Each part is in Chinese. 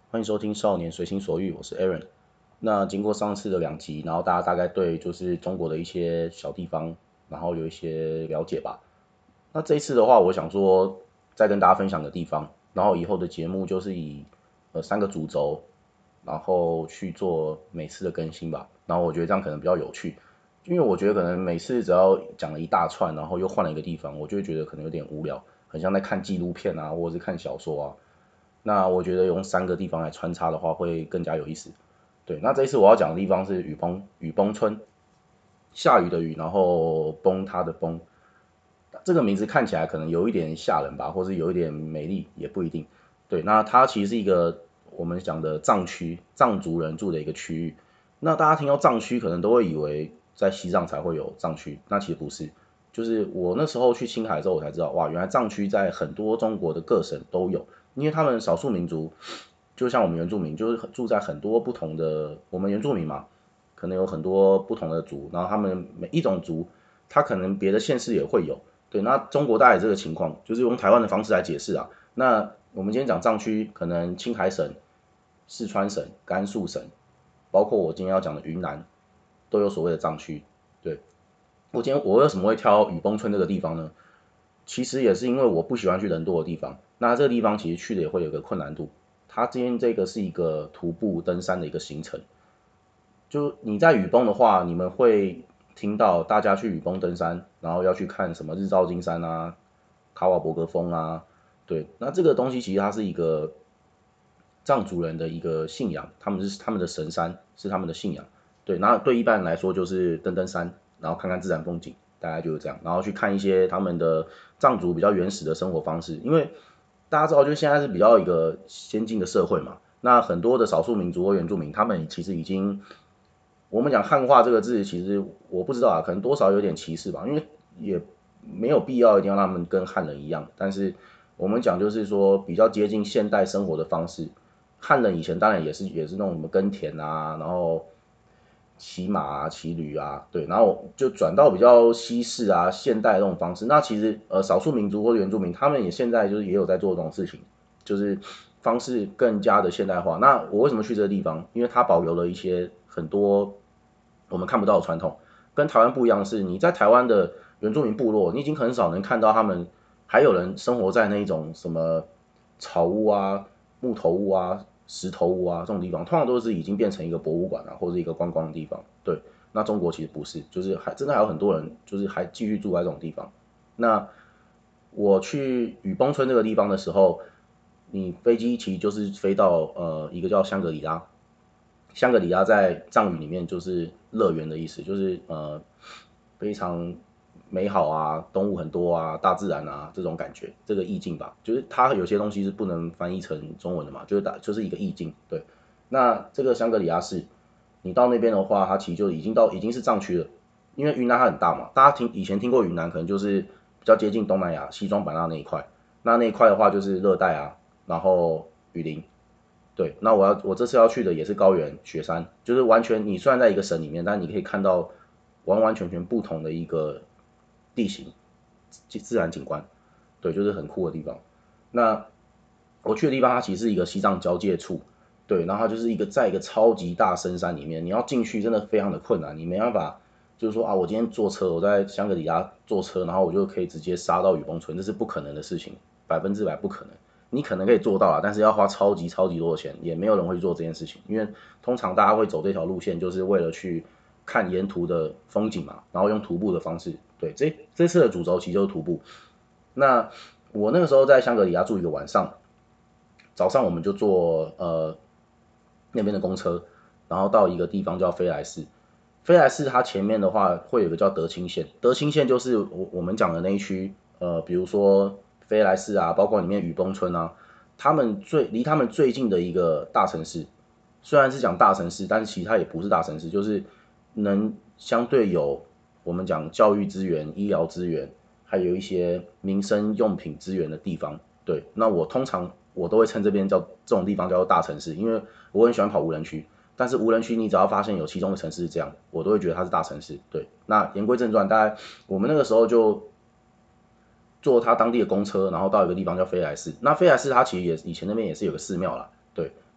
欢迎收听《少年随心所欲》，我是 Aaron。那经过上次的2集，然后大家大概对就是中国的一些小地方，然后有一些了解吧。那这一次的话，我想说再跟大家分享个地方，然后以后的节目就是以3个主轴，然后去做每次的更新吧。然后我觉得这样可能比较有趣，因为我觉得可能每次只要讲了一大串，然后又换了一个地方，我就会觉得可能有点无聊，很像在看纪录片啊，或者是看小说啊。那我觉得用3个地方来穿插的话，会更加有意思。对，那这一次我要讲的地方是雨崩村，下雨的雨，然后崩塌的崩。这个名字看起来可能有一点吓人吧，或是有一点美丽，也不一定。对，那它其实是一个我们讲的藏区，藏族人住的一个区域。那大家听到藏区，可能都会以为在西藏才会有藏区，那其实不是。就是我那时候去青海之后，我才知道，哇，原来藏区在很多中国的各省都有，因为他们少数民族，就像我们原住民，就是住在很多不同的，我们原住民嘛，可能有很多不同的族，然后他们每一种族，它可能别的县市也会有。对，那中国大概这个情况，就是用台湾的方式来解释啊。那我们今天讲藏区，可能青海省、四川省、甘肃省，包括我今天要讲的云南，都有所谓的藏区。对，我为什么会挑雨崩村这个地方呢？其实也是因为我不喜欢去人多的地方。那这个地方其实去的也会有个困难度，它今天这个是一个徒步登山的一个行程。就你在雨崩的话，你们会听到大家去雨崩登山，然后要去看什么日照金山啊、卡瓦伯格峰啊。对，那这个东西其实它是一个藏族人的一个信仰，他们的神山，是他们的信仰。对，那对一般人来说就是登登山，然后看看自然风景，大概就是这样，然后去看一些他们的藏族比较原始的生活方式，因为大家知道，就是现在是比较一个先进的社会嘛，那很多的少数民族或原住民，他们其实已经，我们讲汉化这个字，其实我不知道啊，可能多少有点歧视吧，因为也没有必要一定要让他们跟汉人一样，但是我们讲就是说比较接近现代生活的方式。汉人以前当然也是那种什么耕田啊，然后骑马啊、骑驴啊，对，然后就转到比较西式啊、现代的那种方式。那其实少数民族或者原住民，他们也现在就是也有在做这种事情，就是方式更加的现代化。那我为什么去这个地方？因为它保留了一些很多我们看不到的传统。跟台湾不一样的是，你在台湾的原住民部落，你已经很少能看到他们还有人生活在那种什么草屋啊、木头屋啊、石头屋啊这种地方，通常都是已经变成一个博物馆啊，或者一个观光的地方。对，那中国其实不是，就是还真的还有很多人就是还继续住在这种地方。那我去雨崩村这个地方的时候，你飞机其实就是飞到一个叫香格里拉，香格里拉在藏语里面就是乐园的意思，就是非常美好啊，动物很多啊，大自然啊这种感觉，这个意境吧，就是它有些东西是不能翻译成中文的嘛，就是一个意境。对，那这个香格里拉是，你到那边的话，它其实就已经是藏区了，因为云南它很大嘛，大家以前听过云南可能就是比较接近东南亚西双版纳那一块，那一块的话就是热带啊，然后雨林。对，那我这次要去的也是高原雪山，就是完全你虽然在一个省里面，但你可以看到完完全全不同的一个地形、自然景观，对，就是很酷的地方。那我去的地方，它其实是一个西藏交界处，对，然后它就是在一个超级大深山里面，你要进去真的非常的困难，你没办法，就是说啊，我今天坐车，我在香格里拉坐车，然后我就可以直接杀到雨崩村，这是不可能的事情，100%不可能。你可能可以做到啊，但是要花超级超级多的钱，也没有人会去做这件事情，因为通常大家会走这条路线，就是为了去看沿途的风景嘛，然后用徒步的方式。对，这次的主轴其实就是徒步。那我那个时候在香格里拉住一个晚上，早上我们就坐那边的公车，然后到一个地方叫飞来寺。飞来寺它前面的话会有个叫德清县，德清县就是我们讲的那一区，比如说飞来寺啊，包括里面雨崩村啊，离他们最近的一个大城市，虽然是讲大城市，但是其实它也不是大城市，就是能相对有我们讲教育资源、医疗资源，还有一些民生用品资源的地方。对，那我通常都会称这种地方叫做大城市，因为我很喜欢跑无人区。但是无人区你只要发现有其中的城市是这样，我都会觉得它是大城市。对，那言归正传，大概我们那个时候就坐他当地的公车，然后到一个地方叫飞来寺。那飞来寺它其实以前那边也是有个寺庙啦，对。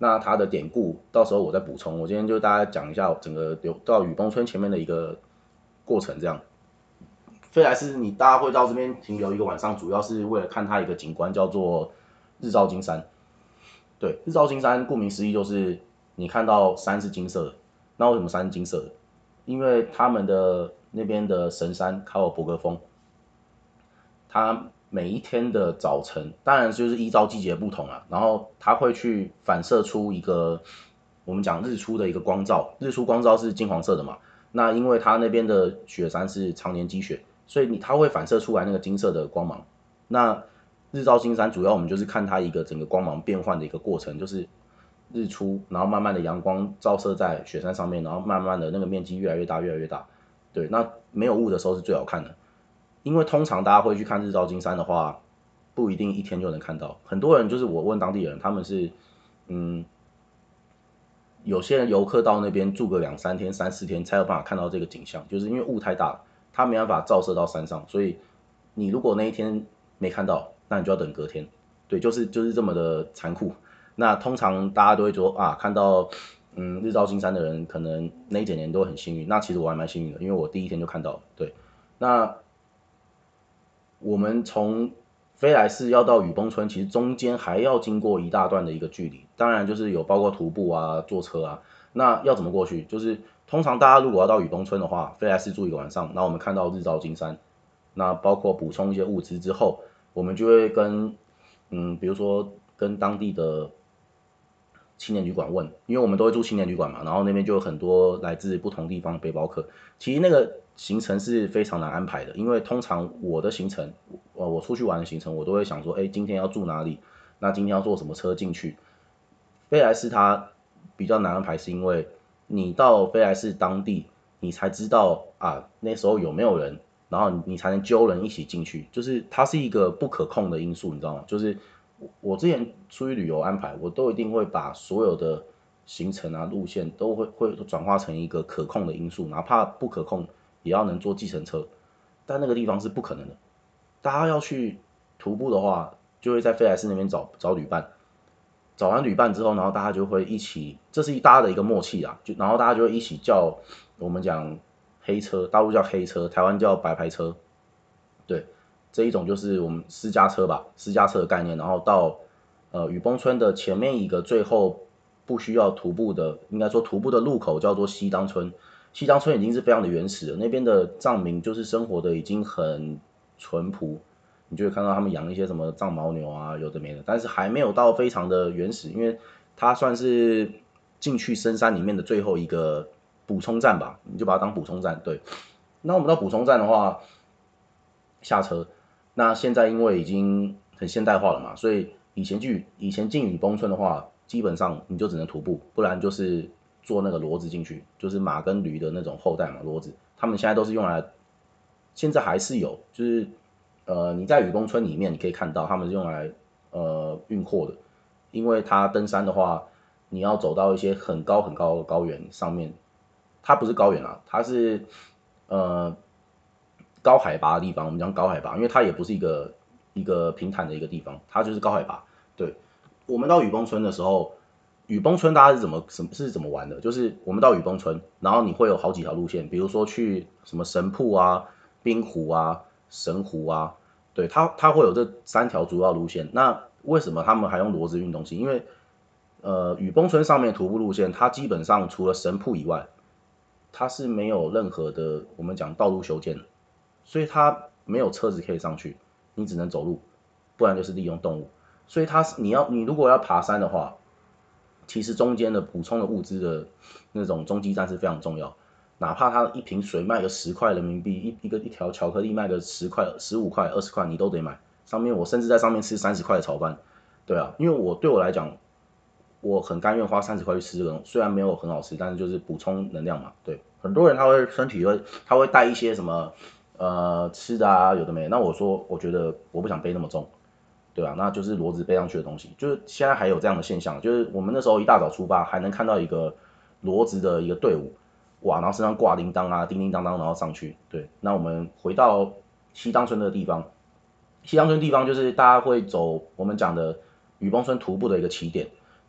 那它的典故到时候我再补充。我今天就大家讲一下整个到雨崩村前面的一个过程这样。飞来寺你大家会到这边停留一个晚上，主要是为了看它一个景观叫做日照金山。对，日照金山顾名思义就是你看到山是金色的。那为什么山是金色的？因为他们的那边的神山卡尔伯格峰，它每一天的早晨，当然就是依照季节不同啊，然后它会去反射出一个我们讲日出的一个光照，日出光照是金黄色的嘛，那因为它那边的雪山是常年积雪，所以它会反射出来那个金色的光芒。那日照金山主要我们就是看它一个整个光芒变换的一个过程，就是日出，然后慢慢的阳光照射在雪山上面，然后慢慢的那个面积越来越大，越来越大。对，那没有雾的时候是最好看的。因为通常大家会去看日照金山的话，不一定一天就能看到。很多人就是我问当地人，他们是，嗯，有些人游客到那边住个2、3天、3、4天才有办法看到这个景象，就是因为雾太大了，它没办法照射到山上，所以你如果那一天没看到，那你就要等隔天。对，就是这么的残酷。那通常大家都会说啊，看到日照金山的人，可能那一整年都很幸运。那其实我还蛮幸运的，因为我第一天就看到了。对，那我们从飞来寺要到雨崩村，其实中间还要经过一大段的一个距离，当然就是有包括徒步啊、坐车啊。那要怎么过去？就是通常大家如果要到雨崩村的话，飞来寺住一个晚上，那我们看到日照金山，那包括补充一些物资之后，我们就会跟比如说跟当地的青年旅馆问，因为我们都会住青年旅馆嘛，然后那边就有很多来自不同地方的背包客。其实那个行程是非常难安排的，因为通常我的行程，我出去玩的行程，我都会想说，哎，今天要住哪里？那今天要坐什么车进去？飞来寺它比较难安排，是因为你到飞来寺当地，你才知道啊那时候有没有人，然后你才能揪人一起进去，就是它是一个不可控的因素，你知道吗？就是我之前出去旅游安排，我都一定会把所有的行程啊路线都会转化成一个可控的因素，哪怕不可控也要能坐计程车，但那个地方是不可能的。大家要去徒步的话，就会在飞来寺那边找旅伴，找完旅伴之后，然后大家就会一起，这是大家的一个默契啊，然后大家就会一起叫我们讲黑车，大陆叫黑车，台湾叫白牌车，对，这一种就是我们私家车吧，私家车的概念，然后到雨崩村的前面一个最后不需要徒步的，应该说徒步的路口叫做西当村。西当村已经是非常的原始了，那边的藏民就是生活的已经很淳朴，你就会看到他们养一些什么藏牦牛啊，有的没的，但是还没有到非常的原始，因为它算是进去深山里面的最后一个补充站吧，你就把它当补充站。对，那我们到补充站的话，下车。那现在因为已经很现代化了嘛，所以以前进雨崩村的话，基本上你就只能徒步，不然就是坐那个骡子进去，就是马跟驴的那种后代嘛，骡子。他们现在都是用来，现在还是有，就是你在雨崩村里面你可以看到他们是用来运货的，因为它登山的话，你要走到一些很高很高的高原上面，它不是高原啊，它是呃高海拔的地方，我们讲高海拔，因为它也不是一个平坦的一个地方，它就是高海拔。对，我们到雨崩村的时候，雨崩村大家是怎么玩的？就是我们到雨崩村，然后你会有好几条路线，比如说去什么神瀑啊、冰湖啊、神湖啊，对，它会有这3条主要路线。那为什么他们还用骡子运东西？因为雨崩村上面徒步路线，它基本上除了神瀑以外，它是没有任何的我们讲道路修建的。所以它没有车子可以上去，你只能走路，不然就是利用动物。所以你如果要爬山的话，其实中间的补充的物资的那种中继站是非常重要。哪怕它一瓶水卖个10块人民币，一条巧克力卖个10块、15块、20块，你都得买。上面我甚至在上面吃30块的炒饭，对啊，因为对我来讲，我很甘愿花30块去吃这个，虽然没有很好吃，但是就是补充能量嘛。对，很多人他会带一些什么吃的啊，有的没的。那我说我觉得我不想背那么重，对啊，那就是骡子背上去的东西。就是现在还有这样的现象，就是我们那时候一大早出发，还能看到一个骡子的一个队伍，哇，然后身上挂铃铛啊，叮叮当当，然后上去。对，那我们回到西当村那个地方，西当村地方就是大家会走我们讲的雨崩村徒步的一个起点。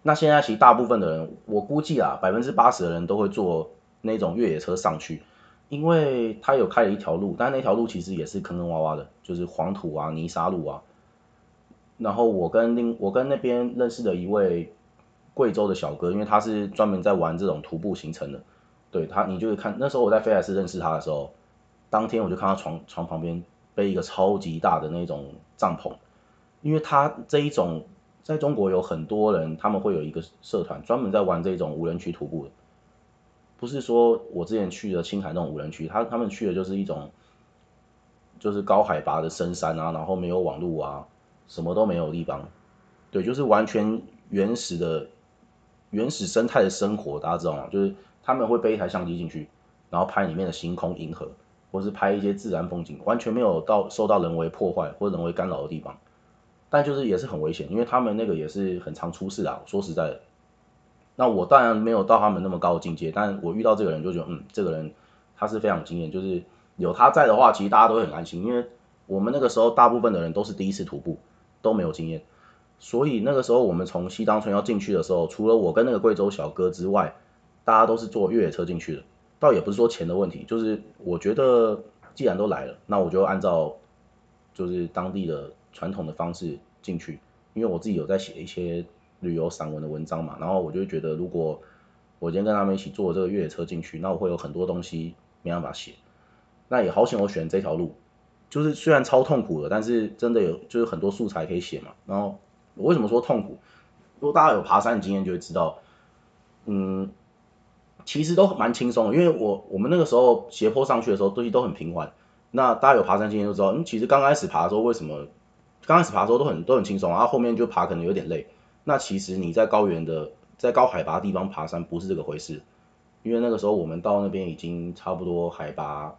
那现在其实大部分的人，我估计啊，80%的人都会坐那种越野车上去，因为他有开了一条路，但那条路其实也是坑坑洼洼的，就是黄土啊、泥沙路啊。然后我跟那边认识的一位贵州的小哥，因为他是专门在玩这种徒步行程的，对他，你就会看那时候我在飞来斯认识他的时候，当天我就看他床旁边背一个超级大的那种帐篷，因为他这一种在中国有很多人，他们会有一个社团专门在玩这种无人区徒步的，不是说我之前去的青海那种无人区，他们去的就是一种就是高海拔的深山啊，然后没有网路啊，什么都没有的地方，对，就是完全原始生态的生活，大家知道吗？就是他们会背一台相机进去，然后拍里面的星空、银河，或是拍一些自然风景，完全没有受到人为破坏或人为干扰的地方。但就是也是很危险，因为他们那个也是很常出事啊。说实在的，那我当然没有到他们那么高的境界，但我遇到这个人就觉得，这个人他是非常有经验，就是有他在的话，其实大家都会很安心，因为我们那个时候大部分的人都是第一次徒步，都没有经验，所以那个时候我们从西当村要进去的时候，除了我跟那个贵州小哥之外，大家都是坐越野车进去的。倒也不是说钱的问题，就是我觉得既然都来了，那我就按照就是当地的传统的方式进去，因为我自己有在写一些旅游散文的文章嘛，然后我就会觉得如果我今天跟他们一起坐这个越野车进去，那我会有很多东西没办法写，那也好险我选这条路，就是虽然超痛苦的，但是真的有就是很多素材可以写嘛。然后我为什么说痛苦？如果大家有爬山的经验就会知道，嗯，其实都蛮轻松的，因为我们那个时候斜坡上去的时候，东西都很平缓。那大家有爬山经验就知道，其实刚开始爬的时候为什么刚开始爬的时候都很轻松，然后后面就爬可能有点累。那其实你在高海拔地方爬山不是这个回事，因为那个时候我们到那边已经差不多海拔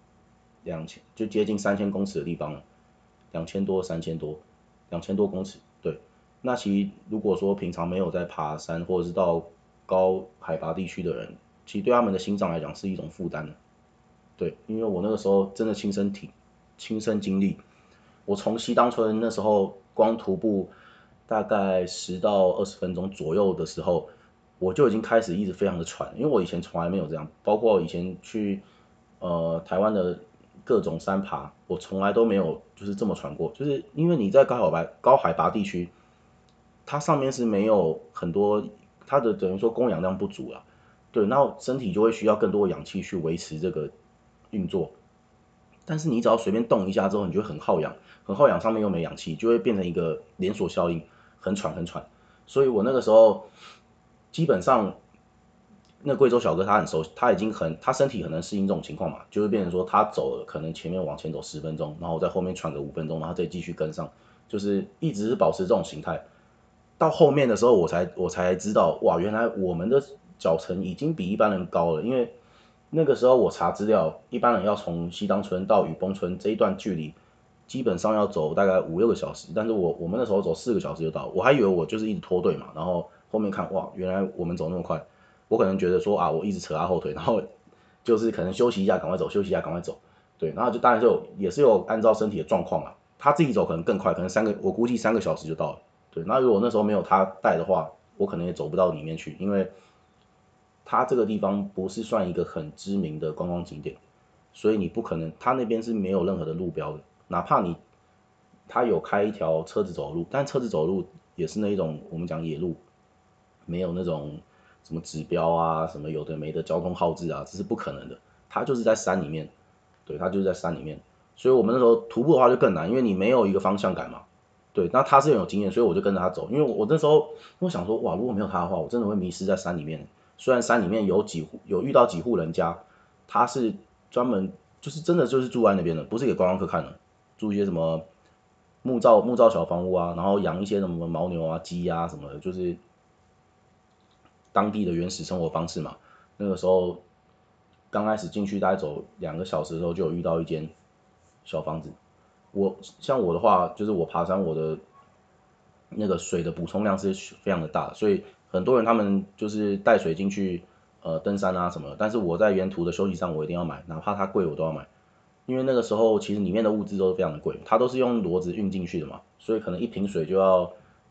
2000就接近3000公尺的地方了，2000多3000多2000多公尺，对。那其实如果说平常没有在爬山或者是到高海拔地区的人，其实对他们的心脏来讲是一种负担的。对，因为我那个时候真的亲身经历，我从西当村那时候光徒步大概10到20分钟左右的时候，我就已经开始一直非常的喘，因为我以前从来没有这样，包括以前去台湾的各种山爬，我从来都没有就是这么喘过，就是因为你在高海拔地区，它上面是没有很多，它的等于说供氧量不足了，对，然后身体就会需要更多的氧气去维持这个运作。但是你只要随便动一下之后，你就会很耗氧，很耗氧，上面又没氧气，就会变成一个连锁效应，很喘很喘。所以我那个时候基本上，那贵州小哥他很熟，他身体很能适应这种情况嘛，就会变成说他走了，可能前面往前走10分钟，然后在后面喘个5分钟，然后再继续跟上，就是一直是保持这种形态。到后面的时候我才知道，哇，原来我们的脚程已经比一般人高了，因为那个时候我查资料，一般人要从西当村到雨崩村这一段距离，基本上要走大概5、6个小时，但是我们那时候走4个小时就到，我还以为我就是一直拖队嘛，然后后面看哇，原来我们走那么快，我可能觉得说啊，我一直扯他后腿，然后就是可能休息一下赶快走，休息一下赶快走，对，然后就当然也是有按照身体的状况啊，他自己走可能更快，可能我估计3个小时就到了，对，那如果那时候没有他带的话，我可能也走不到里面去，因为它这个地方不是算一个很知名的观光景点，所以你不可能，它那边是没有任何的路标的，哪怕它有开一条车子走的路，但车子走的路也是那一种我们讲野路，没有那种什么指标啊，什么有的没的交通号志啊，这是不可能的。它就是在山里面，对，它就是在山里面，所以我们那时候徒步的话就更难，因为你没有一个方向感嘛。对，那他是很有经验，所以我就跟着他走，因为我那时候我想说，哇，如果没有他的话，我真的会迷失在山里面。虽然山里面有遇到几户人家，他是专门就是真的就是住在那边的，不是给观光客看的，住一些什么木造小房屋啊，然后养一些什么牦牛啊、鸡啊什么的，就是当地的原始生活方式嘛。那个时候刚开始进去，大概走2个小时的时候，就有遇到一间小房子。像我的话，就是我爬山，我的那个水的补充量是非常的大，所以很多人他们就是带水进去登山啊什么的，但是我在沿途的休息站我一定要买，哪怕它贵我都要买，因为那个时候其实里面的物资都是非常的贵，它都是用骡子运进去的嘛，所以可能一瓶水就要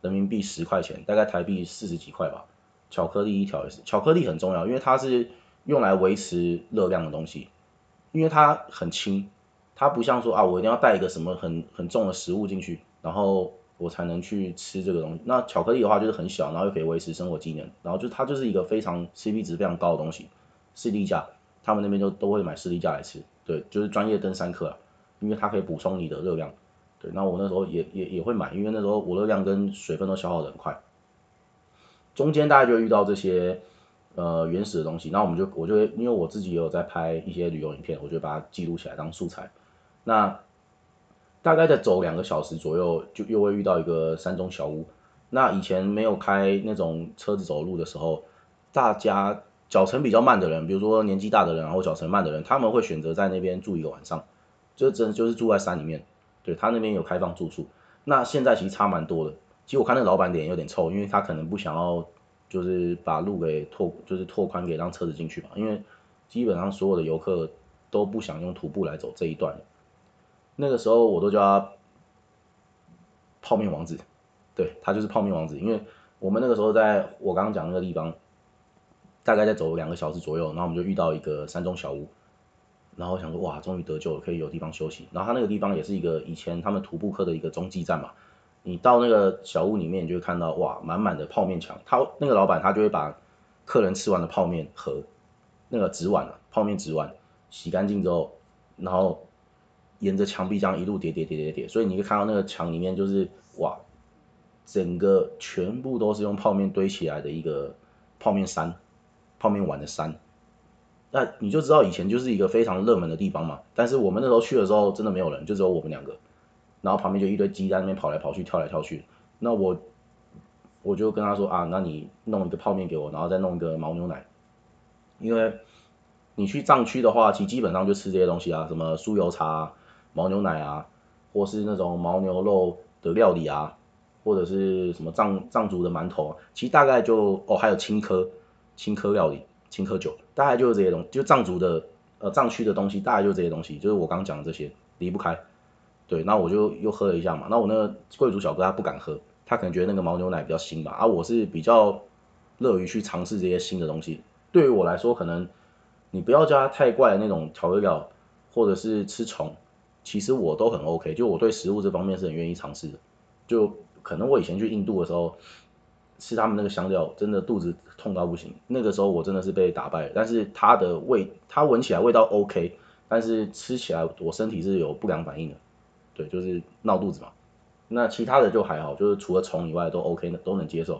人民币10块钱，大概台币40几块吧。巧克力一条也是，巧克力很重要，因为它是用来维持热量的东西，因为它很轻，它不像说啊我一定要带一个什么很重的食物进去，然后我才能去吃这个东西。那巧克力的话就是很小，然后又可以维持生活机能，然后就它就是一个非常 CP 值非常高的东西，士力架，他们那边就都会买士力架来吃，对，就是专业登山客啊，因为它可以补充你的热量。对，那我那时候也会买，因为那时候我热量跟水分都消耗的很快。中间大概就遇到这些原始的东西，那我就会因为我自己也有在拍一些旅游影片，我就把它记录起来当素材。那大概再走2个小时左右，就又会遇到一个山中小屋。那以前没有开那种车子走路的时候，大家脚程比较慢的人，比如说年纪大的人，然后脚程慢的人，他们会选择在那边住一个晚上，就真的就是住在山里面。对，他那边有开放住宿。那现在其实差蛮多的。其实我看那个老板脸有点臭，因为他可能不想要就是把路给拓宽给让车子进去嘛，因为基本上所有的游客都不想用徒步来走这一段。那个时候我都叫他泡面王子，对，他就是泡面王子，因为我们那个时候在我刚刚讲那个地方，大概在走2个小时左右，然后我们就遇到一个山中小屋，然后想说哇，终于得救了，可以有地方休息。然后他那个地方也是一个以前他们徒步客的一个中继站嘛，你到那个小屋里面，你就会看到哇，满满的泡面墙。他那个老板他就会把客人吃完的泡面盒，那个纸碗啊，泡面纸碗洗干净之后，然后沿着墙壁这样一路叠，所以你会看到那个墙里面就是哇，整个全部都是用泡面堆起来的一个泡面山，泡面碗的山。那你就知道以前就是一个非常热门的地方嘛。但是我们那时候去的时候真的没有人，就只有我们2个，然后旁边就一堆鸡在那边跑来跑去、跳来跳去。那我就跟他说啊，那你弄一个泡面给我，然后再弄一个牦牛奶，因为你去藏区的话，其实基本上就吃这些东西啊，什么酥油茶啊、牦牛奶啊，或是那种牦牛肉的料理啊，或者是什么藏族的馒头啊，其实大概就还有青稞料理、青稞酒，大概就是这些东西，就藏族的藏区的东西，大概就是这些东西，就是我刚刚讲的这些离不开。对，那我就又喝了一下嘛，那我那个贵族小哥他不敢喝，他可能觉得那个牦牛奶比较腥吧，我是比较乐于去尝试这些新的东西。对于我来说，可能你不要加太怪的那种调味料，或者是吃虫，其实我都很 OK，就我对食物这方面是很愿意尝试的。就可能我以前去印度的时候，吃他们那个香料，真的肚子痛到不行，那个时候我真的是被打败了。但是它闻起来味道 OK，但是吃起来我身体是有不良反应的。对，就是闹肚子嘛。那其他的就还好，就是除了虫以外都 OK，都能接受。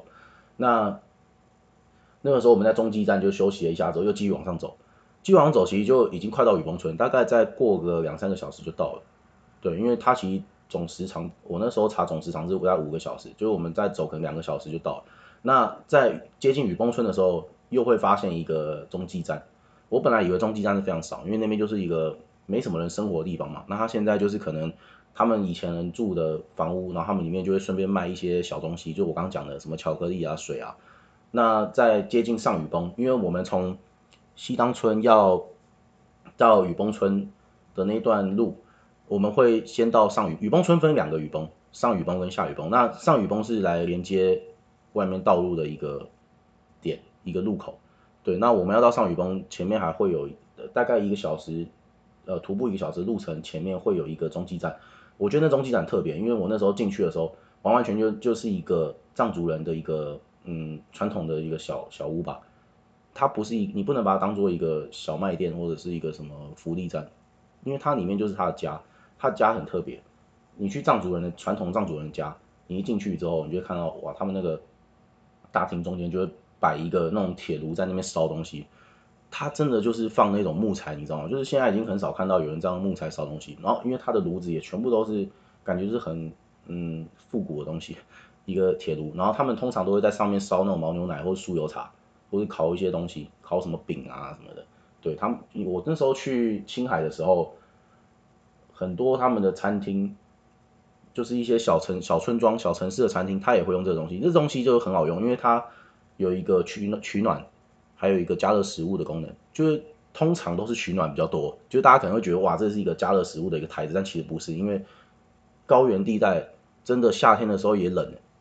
那个时候我们在中继站就休息了一下之后，又继续往上走。继续往上走，其实就已经快到雨崩村，大概再过个2、3个小时就到了。对，因为它其实总时长，我那时候查总时长是大概5个小时，就是我们再走可能2个小时就到了。那在接近雨崩村的时候，又会发现一个中继站。我本来以为中继站是非常少，因为那边就是一个没什么人生活的地方嘛。那他现在就是可能他们以前人住的房屋，然后他们里面就会顺便卖一些小东西，就我刚刚讲的什么巧克力啊、水啊。那在接近上雨崩，因为我们从西当村要到雨崩村的那段路，我们会先到雨崩村分2个雨崩，上雨崩跟下雨崩。那上雨崩是来连接外面道路的一个点，一个路口。对，那我们要到上雨崩前面还会有大概1个小时，徒步1个小时路程，前面会有一个中继站。我觉得那中继站特别，因为我那时候进去的时候，完完全就是一个藏族人的一个传统的一个小屋吧。它不是你不能把它当做一个小卖店或者是一个什么福利站，因为它里面就是他的家，他的家很特别。你去传统藏族人的家，你一进去之后，你就会看到哇，他们那个大厅中间就会摆一个那种铁炉在那边烧东西，它真的就是放那种木材，你知道吗？就是现在已经很少看到有人这样木材烧东西，然后因为它的炉子也全部都是感觉是很复古的东西，一个铁炉，然后他们通常都会在上面烧那种牦牛奶或者酥油茶，或是烤一些东西，烤什么饼啊什么的。对他们，我那时候去青海的时候，很多他们的餐厅就是一些小村庄、小城市的餐厅，它也会用这个东西。这东西就很好用，因为它有一个取暖，还有一个加热食物的功能。就是通常都是取暖比较多，就是大家可能会觉得哇，这是一个加热食物的一个台子，但其实不是，因为高原地带真的夏天的时候也冷，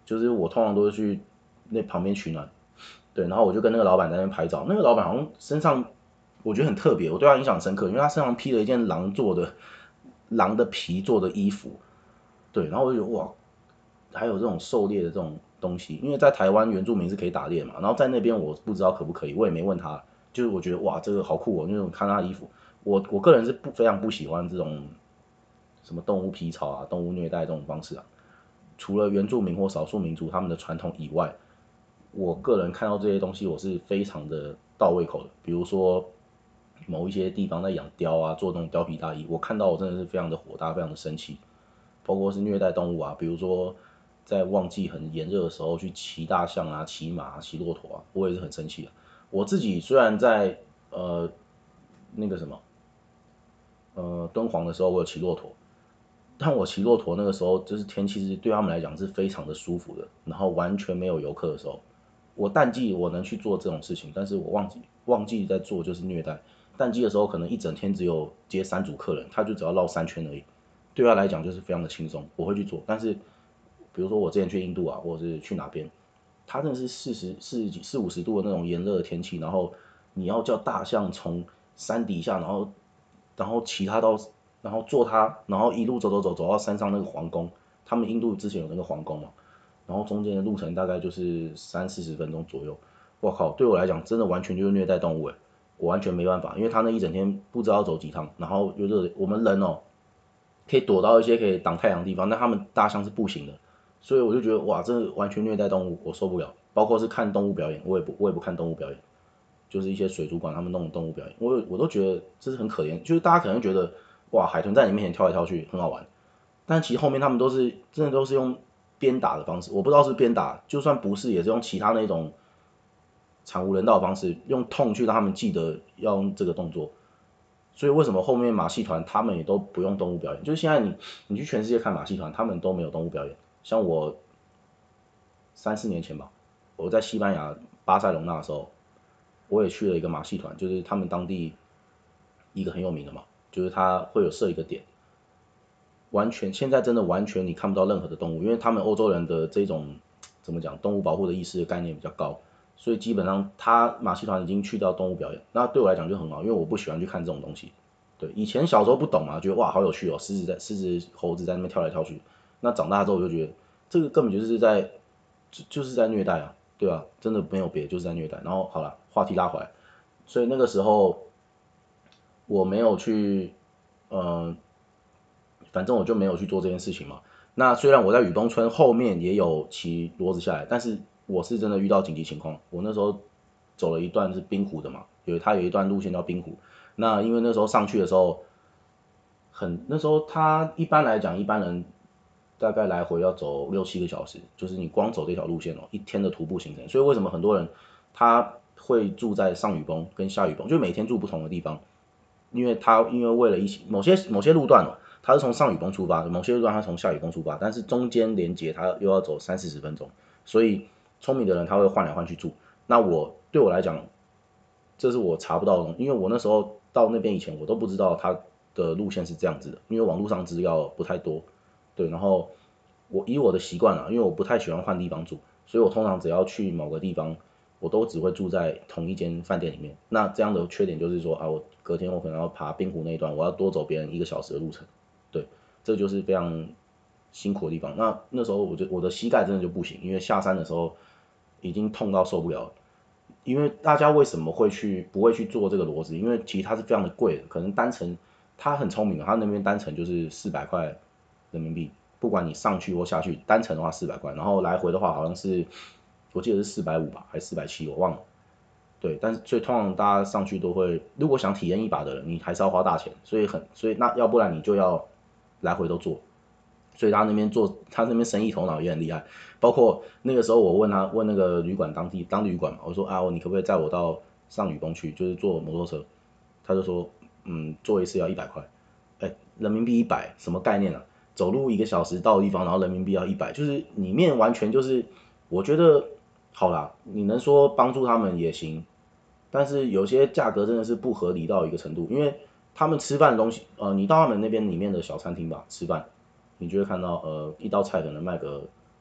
就是我通常都是去那旁边取暖，对，然后我就跟那个老板在那边拍照，那个老板好像身上我觉得很特别，我对他印象深刻，因为他身上披了一件狼的皮做的衣服，对，然后我就觉得哇，还有这种狩猎的这种东西，因为在台湾原住民是可以打猎嘛，然后在那边我不知道可不可以，我也没问他，就是我觉得哇这个好酷哦，因为我看他的衣服，我个人是非常不喜欢这种什么动物皮草啊、动物虐待这种方式啊，除了原住民或少数民族他们的传统以外，我个人看到这些东西我是非常的到胃口的，比如说某一些地方在养貂啊，做那种貂皮大衣，我看到我真的是非常的火大，非常的生气。包括是虐待动物啊，比如说在旺季很炎热的时候去骑大象啊、骑马啊、骑骆驼啊，我也是很生气的。我自己虽然在那个什么敦煌的时候我有骑骆驼，但我骑骆驼那个时候就是天气是对他们来讲是非常的舒服的，然后完全没有游客的时候，我淡季我能去做这种事情，但是我旺季在做就是虐待。淡季的时候可能一整天只有接3组客人，他就只要绕3圈而已，对他来讲就是非常的轻松，我会去做。但是比如说我之前去印度啊，或者是去哪边，它真的是40、50度的那种炎热的天气，然后你要叫大象从山底下，然后骑它到，然后坐它，然后一路走到山上那个皇宫，他们印度之前有那个皇宫嘛，然后中间的路程大概就是30-40分钟左右。我靠，对我来讲真的完全就是虐待动物诶，我完全没办法，因为他那一整天不知道走几趟，然后又热，我们人哦可以躲到一些可以挡太阳的地方，但他们大象是不行的，所以我就觉得哇，这完全虐待动物，我受不了。包括是看动物表演，我也不看动物表演，就是一些水族馆他们弄的动物表演，我都觉得这是很可怜。就是大家可能觉得哇，海豚在你面前跳来跳去很好玩，但其实后面他们都是真的都是用鞭打的方式，我不知道是鞭打，就算不是也是用其他那种惨无人道的方式，用痛去让他们记得要用这个动作。所以为什么后面马戏团他们也都不用动物表演？就是现在你去全世界看马戏团，他们都没有动物表演。像我3-4年前吧，我在西班牙巴塞隆纳的时候，我也去了一个马戏团，就是他们当地一个很有名的嘛，就是他会有设一个点，完全现在真的完全你看不到任何的动物，因为他们欧洲人的这种怎么讲动物保护的意识的概念比较高，所以基本上他马戏团已经去掉动物表演，那对我来讲就很好，因为我不喜欢去看这种东西。对，以前小时候不懂嘛，觉得哇好有趣哦，狮子猴子在那边跳来跳去。那长大之后我就觉得这个根本就是在虐待啊，对吧？真的没有别的，就是在虐待。然后好了，话题拉回来，所以那个时候我没有去，嗯、反正我就没有去做这件事情嘛。那虽然我在雨崩村后面也有骑骡子下来，但是我是真的遇到紧急情况，我那时候走了一段是冰湖的嘛，它有一段路线叫冰湖。那因为那时候上去的时候那时候它一般来讲，一般人大概来回要走6-7个小时，就是你光走这条路线哦，一天的徒步行程。所以为什么很多人他会住在上雨崩跟下雨崩，就每天住不同的地方，因为为了某些路段哦，它是从上雨崩出发的，某些路段它从下雨崩出发，但是中间连接它又要走30-40分钟，所以聪明的人他会换来换去住。那对我来讲，这是我查不到的东西，因为我那时候到那边以前我都不知道它的路线是这样子的，因为网络上资料不太多，对，然后以我的习惯啊，因为我不太喜欢换地方住，所以我通常只要去某个地方，我都只会住在同一间饭店里面。那这样的缺点就是说啊，我隔天我可能要爬冰湖那一段，我要多走别人1个小时的路程，对，这就是非常辛苦的地方。那时候我的膝盖真的就不行，因为下山的时候已经痛到受不了了。因为大家为什么不会去做这个骡子？因为其实它是非常的贵的，可能单程他很聪明啊，他那边单程就是400块人民币，不管你上去或下去，单程的话400块，然后来回的话好像是我记得是450吧，还是470，我忘了。对，但是所以通常大家上去都会，如果想体验一把的人，你还是要花大钱，所以那要不然你就要来回都做。所以他那边生意头脑也很厉害。包括那个时候我问那个旅馆当地旅馆嘛，我说啊，你可不可以载我到上雨崩去，就是坐摩托车？他就说，坐一次要100块，哎，人民币100，什么概念啊？走路1个小时到的地方，然后人民币要100，就是里面完全就是，我觉得好啦，你能说帮助他们也行，但是有些价格真的是不合理到一个程度，因为他们吃饭的东西，你到他们那边里面的小餐厅吧吃饭，你就会看到一道菜可能卖个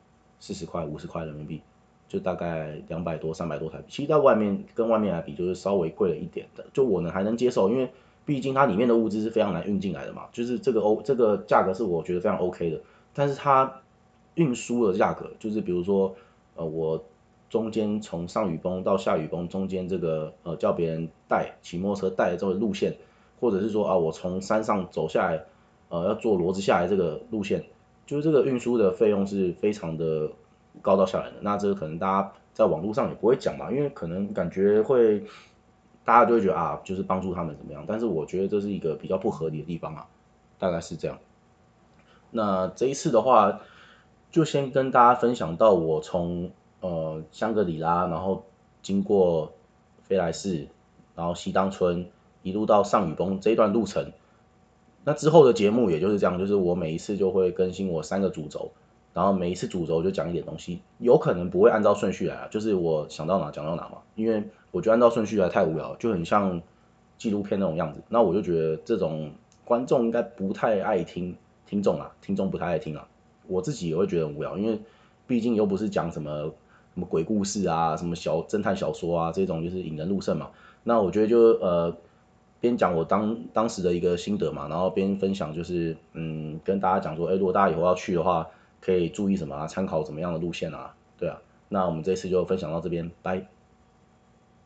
40块50块人民币，就大概200多300多台币。其实在外面跟外面来比，就是稍微贵了一点的，就我呢还能接受，因为毕竟它里面的物资是非常难运进来的嘛，就是这个价格是我觉得非常 OK 的，但是它运输的价格，就是比如说我中间从上雨崩到下雨崩中间这个叫别人骑摩托车带的这个路线，或者是说我从山上走下来要坐骡子下来这个路线，就是这个运输的费用是非常的高到吓人的。那这个可能大家在网络上也不会讲嘛，因为可能感觉会大家就会觉得就是帮助他们怎么样，但是我觉得这是一个比较不合理的地方大概是这样。那这一次的话，就先跟大家分享到我从香格里拉，然后经过飞来寺，然后西当村，一路到上雨崩这一段路程。那之后的节目也就是这样，就是我每一次就会更新我3个主轴，然后每一次主轴就讲一点东西，有可能不会按照顺序来就是我想到哪讲到哪嘛，因为我觉得按照顺序来太无聊，就很像纪录片那种样子。那我就觉得这种观众应该不太爱听，听众不太爱听我自己也会觉得很无聊，因为毕竟又不是讲什么鬼故事什么侦探小说这种就是引人入胜嘛。那我觉得就边讲我当时的一个心得嘛，然后边分享就是跟大家讲说，如果大家以后要去的话，可以注意什么参考怎么样的路线对那我们这次就分享到这边，拜。